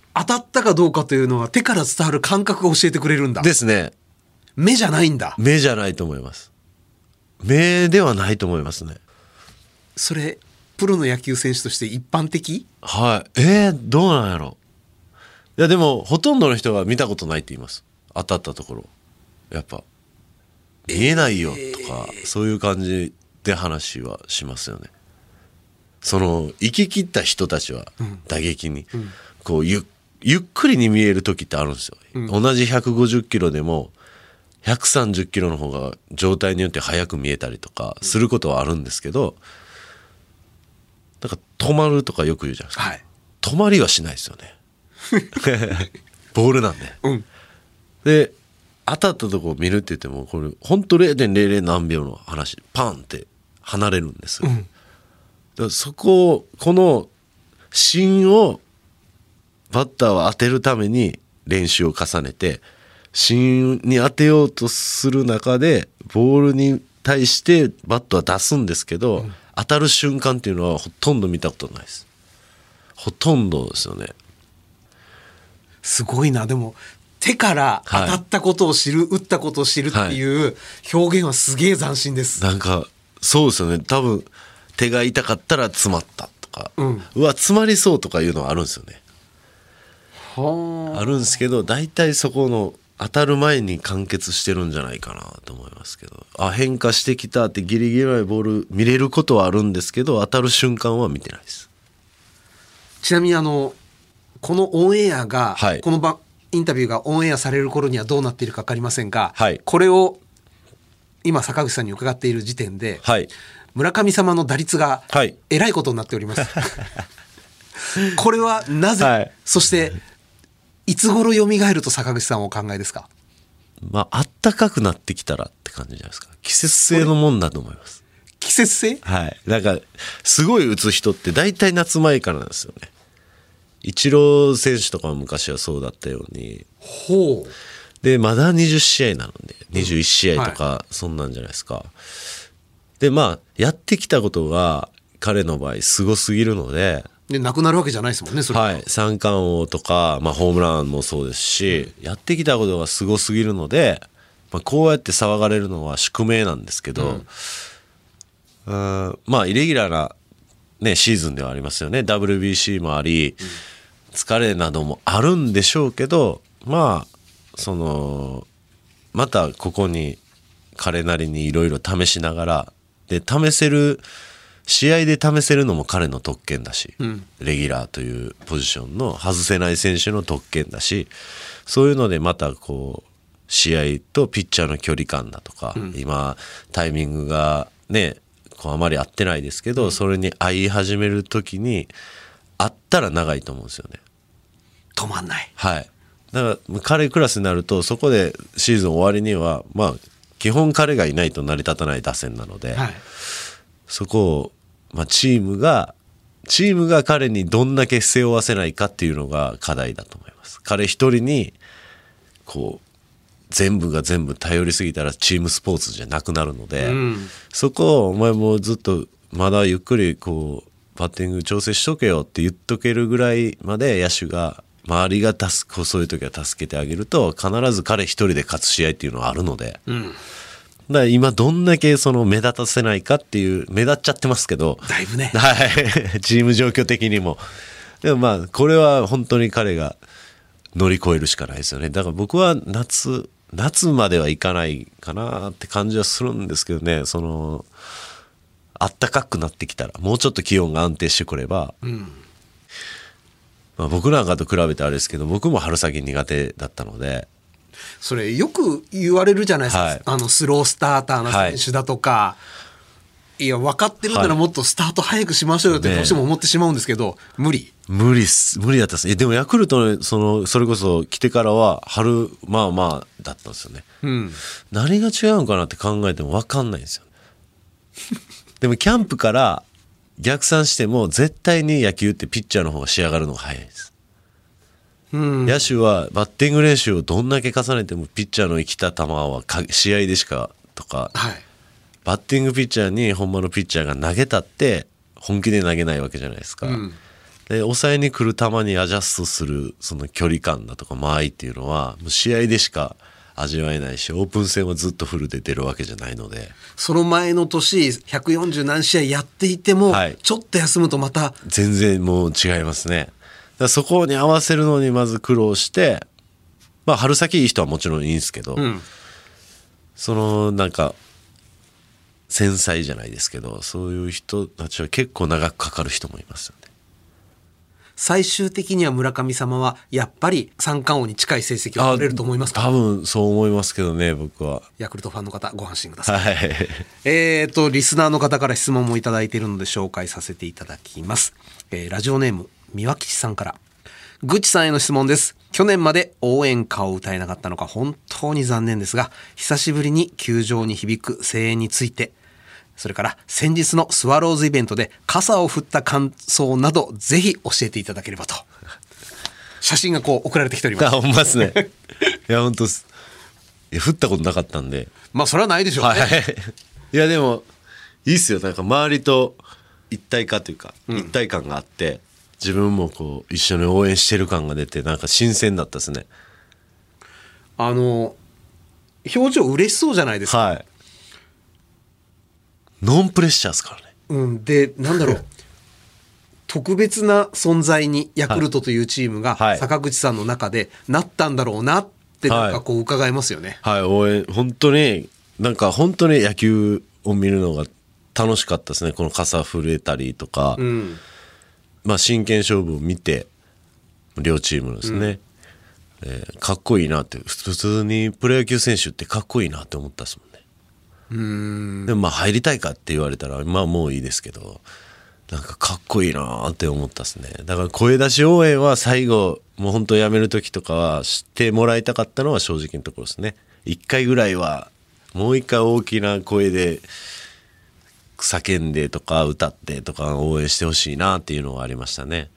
当たったかどうかというのは手から伝わる感覚が教えてくれるんだ。 ですね。 目じゃないんだ。 目じゃないと思います。目ではないと思いますね。 それプロの野球選手として一般的？ はい。えー、どうなんやろ。いやでもほとんどの人が見たことないって言います。当たったところやっぱ見えないよとか、えー、そういう感じで話はしますよね。その行き切った人たちは打撃に、うんうん、こう ゆ, ゆっくりに見える時ってあるんですよ、うん、同じひゃくごじゅっキロでもひゃくさんじゅっキロの方が状態によって速く見えたりとかすることはあるんですけど、なんか止まるとかよく言うじゃないですか、はい、止まりはしないですよねボールなんで、うん、で当たったとこを見るって言ってもこれほんと れいてんれいれい 何秒の話パンって離れるんですよ、うん、だからそこをこの芯をバッターは当てるために練習を重ねて芯に当てようとする中でボールに対してバットは出すんですけど、うん、当たる瞬間っていうのはほとんど見たことないです。ほとんどですよね。 すごいな。でも手から当たったことを知る、はい、打ったことを知るっていう表現はすげえ斬新です。 なんかそうですよね。多分手が痛かったら詰まったとか、うん、うわ詰まりそうとかいうのはあるんですよね。はあるんですけど大体そこの当たる前に完結してるんじゃないかなと思いますけど、あ変化してきたってギリギリのボール見れることはあるんですけど当たる瞬間は見てないです。 ちなみにあのこのオンエアが、はい、このばインタビューがオンエアされる頃にはどうなっているか分かりませんが、はい、これを今坂口さんに伺っている時点で、はい、村神様の打率がえらいことになっております、はい、これはなぜ、はい、そしていつ頃蘇ると坂口さんはお考えですか？ まあ暖かくなってきたらって感じじゃないですか。季節性のもんだと思います。 季節性？ はい。なんかすごい打つ人って大体夏前からなんですよね。イチロー選手とかは昔はそうだったように。 ほう。 でまだにじゅっしあいなのでにじゅういちしあいとかそんなんじゃないですか、はい、でまあやってきたことが彼の場合すごすぎるのででなくなるわけじゃないですもんねそれは。 はい、三冠王とか、まあ、ホームランもそうですし、うん、やってきたことがすごすぎるので、まあ、こうやって騒がれるのは宿命なんですけど、うん、うんまあイレギュラーな、ね、シーズンではありますよね。 ダブリュービーシー もあり、うん、疲れなどもあるんでしょうけどまあそのまたここに彼なりにいろいろ試しながらで試せる試合で試せるのも彼の特権だし、うん、レギュラーというポジションの外せない選手の特権だしそういうのでまたこう試合とピッチャーの距離感だとか、うん、今タイミングがねこうあまり合ってないですけど、うん、それに合い始める時にあったら長いと思うんですよね。 止まんない。 はいだから彼クラスになるとそこでシーズン終わりにはまあ基本彼がいないと成り立たない打線なので、はい、そこを、まあ、チームがチームが彼にどんだけ背負わせないかっていうのが課題だと思います。彼一人にこう全部が全部頼りすぎたらチームスポーツじゃなくなるので、うん、そこをお前もずっとまだゆっくりこうバッティング調整しとけよって言っとけるぐらいまで野手が周りが助こうそういう時は助けてあげると必ず彼一人で勝つ試合っていうのはあるので、うん、だから今どんだけその目立たせないかっていう目立っちゃってますけどだいぶね、 はい、チーム状況的にもでもまあこれは本当に彼が乗り越えるしかないですよね。だから僕は夏夏まではいかないかなって感じはするんですけどね。その暖かくなってきたらもうちょっと気温が安定してくれば、うんまあ、僕なんかと比べてあれですけど僕も春先苦手だったのでそれよく言われるじゃないですか、はい、あのスロースターターな選手だとか、はい、いや分かってるならもっとスタート早くしましょうよってどうしても思ってしまうんですけど、ね、無理無理っす無理だったっす。えでもヤクルトのそのそれこそ来てからは春まあまあだったんですよね、うん、何が違うのかなって考えても分かんないんですよでもキャンプから逆算しても絶対に野球ってピッチャーの方が仕上がるのが早いです、うん、野手はバッティング練習をどんだけ重ねてもピッチャーの生きた球は試合でしかとか、はい、バッティングピッチャーに本場のピッチャーが投げたって本気で投げないわけじゃないですか、うん、 で抑えに来る球にアジャストするその距離感だとか間合いっていうのはもう試合でしか味わえないし、オープン戦はずっとフルで出るわけじゃないので、 その前の年ひゃくよんじゅう何試合やっていても、はい、ちょっと休むとまた全然もう違いますね。だからそこに合わせるのにまず苦労して、まあ春先いい人はもちろんいいんですけど、うん、そのなんか繊細じゃないですけど、そういう人たちは結構長くかかる人もいますよね。 最終的には村上様はやっぱり三冠王に近い成績を取れると思いますか？ 多分そう思いますけどね、僕は。 ヤクルトファンの方ご安心ください。 はい、 えーとリスナーの方から質問もいただいているので紹介させていただきます。えー、ラジオネーム三輪吉さんから、ぐっちさんへの質問です。去年まで応援歌を歌えなかったのか本当に残念ですが、久しぶりに球場に響く声援について、それから先日のスワローズイベントで傘を振った感想などぜひ教えていただければと写真がこう送られてきております。 あ、ほんまですね。いや本当です。いや振ったことなかったんで、 まあそれはないでしょうね。はい、 いやでもいいっすよ。なんか周りと一体化というか、うん、一体感があって自分もこう一緒に応援してる感が出て、なんか新鮮だったですね。 あの表情嬉しそうじゃないですか。 はい。ノンプレッシャーですからね。 うん、でなんだろう特別な存在にヤクルトというチームが坂口さんの中でなったんだろうなってなんかこう伺えますよね。 はい、はい、応援本当になんか本当に野球を見るのが楽しかったですね。この傘震えたりとか、うん、まあ真剣勝負を見て両チームですね、うん、えー、かっこいいなって、普通にプロ野球選手ってかっこいいなって思ったですもんね。うーん、でもまあ入りたいかって言われたらまあもういいですけど、なんかかっこいいなって思ったですね。だから声出し応援は最後もう本当やめる時とかはしてもらいたかったのは正直なところですね。一回ぐらいはもう一回大きな声で叫んでとか歌ってとか応援してほしいなっていうのはありましたね。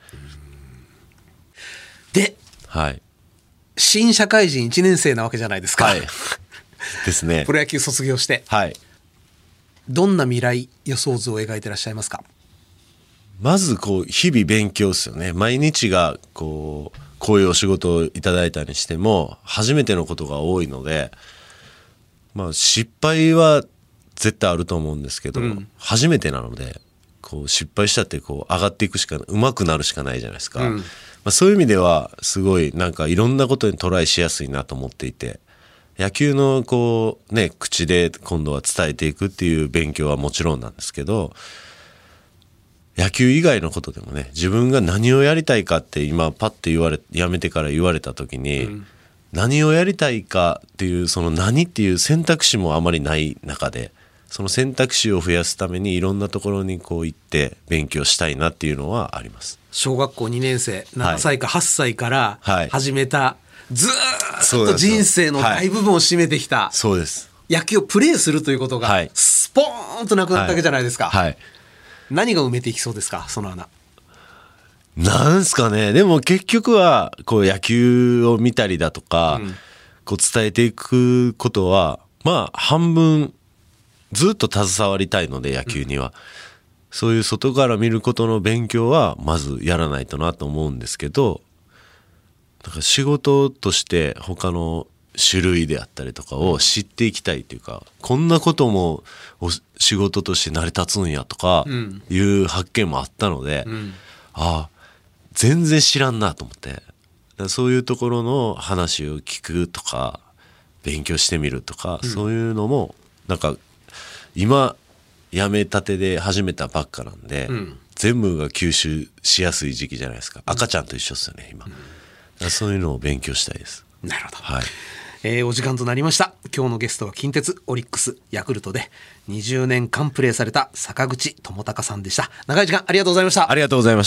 で、 はい、 新社会人いちねん生なわけじゃないですか。 はいですね。 プロ野球卒業して、 はい、 どんな未来予想図を描いてらっしゃいますか？ まずこう日々勉強ですよね。毎日がこうこういうお仕事をいただいたにしても初めてのことが多いので、まあ失敗は絶対あると思うんですけど、うん、初めてなのでこう失敗したってこう上がっていくしか上手くなるしかないじゃないですか、うん、まあ、そういう意味ではすごいなんかいろんなことにトライしやすいなと思っていて、野球のこうね口で今度は伝えていくっていう勉強はもちろんなんですけど、野球以外のことでもね、自分が何をやりたいかって今パッて言われやめてから言われた時に、うん、何をやりたいかっていうその何っていう選択肢もあまりない中で、その選択肢を増やすためにいろんなところにこう行って勉強したいなっていうのはあります。 小学校にねん生ななさいかはっさいから始めた、はい、ずーっと人生の大部分を占めてきた、はい、 そうです。 野球をプレーするということがスポーンとなくなったわけじゃないですか、はいはい、何が埋めていきそうですか、その穴。 なんすかね。でも結局はこう野球を見たりだとか、うん、こう伝えていくことはまあ半分ずっと携わりたいので野球には、うん、そういう外から見ることの勉強はまずやらないとなと思うんですけど、だから仕事として他の種類であったりとかを知っていきたいというか、こんなことも仕事として成り立つんやとかいう発見もあったので、うん、ああ全然知らんなと思って、だからそういうところの話を聞くとか勉強してみるとか、うん、そういうのもなんか今辞めたてで始めたばっかなんで、うん、全部が吸収しやすい時期じゃないですか。赤ちゃんと一緒ですよね今、うん、だからそういうのを勉強したいです。 なるほど、 はい。 えー、お時間となりました。今日のゲストは近鉄、オリックス、ヤクルトでにじゅうねんかんプレーされた坂口智隆さんでした。長い時間ありがとうございました。 ありがとうございました。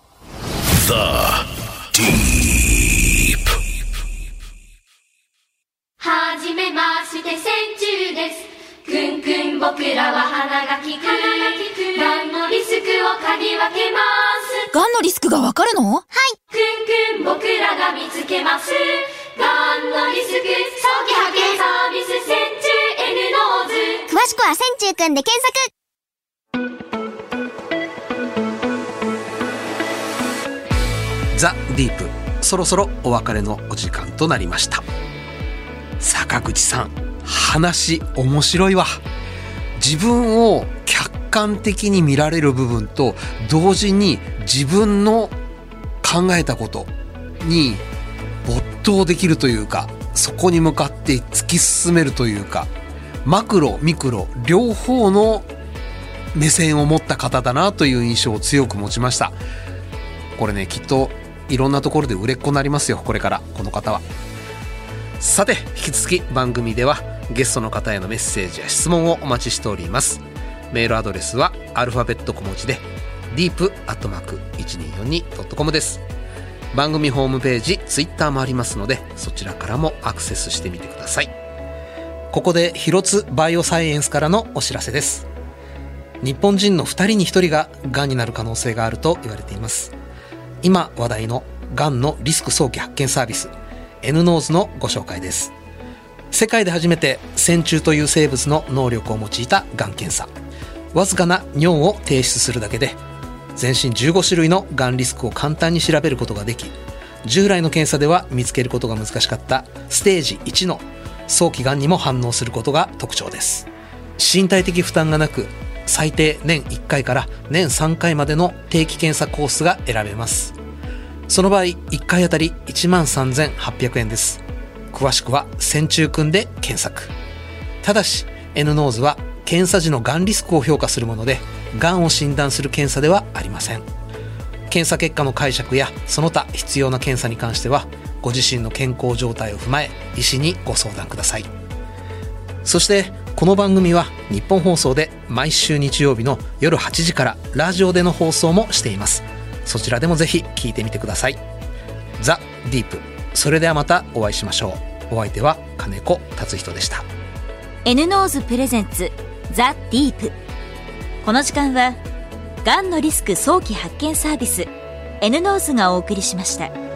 The Deep はじめまして千中です。くんくん僕らは鼻が利く。がんのリスクを嗅ぎ分けます。 がんのリスクがわかるの？はい。 くんくん僕らが見つけます。がんのリスク早期発見サービス千中 N ノーズ。 詳しくは千中くんで検索。 ザ・ディープ、そろそろお別れのお時間となりました。坂口さん、話面白いわ。自分を客観的に見られる部分と同時に自分の考えたことに没頭できるというか、そこに向かって突き進めるというか、マクロミクロ両方の目線を持った方だなという印象を強く持ちました。これね、きっといろんなところで売れっ子になりますよ、これからこの方は。さて、引き続き番組ではゲストの方へのメッセージや質問をお待ちしております。メールアドレスはアルファベット小文字で ディープアットマークいちにーよんにドットコム です。番組ホームページ、ツイッターもありますので、そちらからもアクセスしてみてください。ここで広津バイオサイエンスからのお知らせです。日本人のふたりにひとりががんになる可能性があると言われています。今話題のがんのリスク早期発見サービス N ノーズのご紹介です。世界で初めて線虫という生物の能力を用いたがん検査。わずかな尿を提出するだけで全身じゅうごしゅるいのがんリスクを簡単に調べることができ、従来の検査では見つけることが難しかったステージいちの早期がんにも反応することが特徴です。身体的負担がなく、最低年いっかいから年さんかいまでの定期検査コースが選べます。その場合いっかいあたりいちまんさんぜんはっぴゃくえんです。詳しくは線虫くんで検索。ただし N ノーズは検査時のがんリスクを評価するもので、がんを診断する検査ではありません。検査結果の解釈やその他必要な検査に関しては、ご自身の健康状態を踏まえ医師にご相談ください。そしてこの番組は日本放送で毎週日曜日の夜はちじからラジオでの放送もしています。そちらでもぜひ聞いてみてください。ザ・ディープ、それではまたお会いしましょう。お相手は金子達人でした。 N ノーズプレゼンツザ・ディープ。この時間はがんのリスク早期発見サービス N ノーズがお送りしました。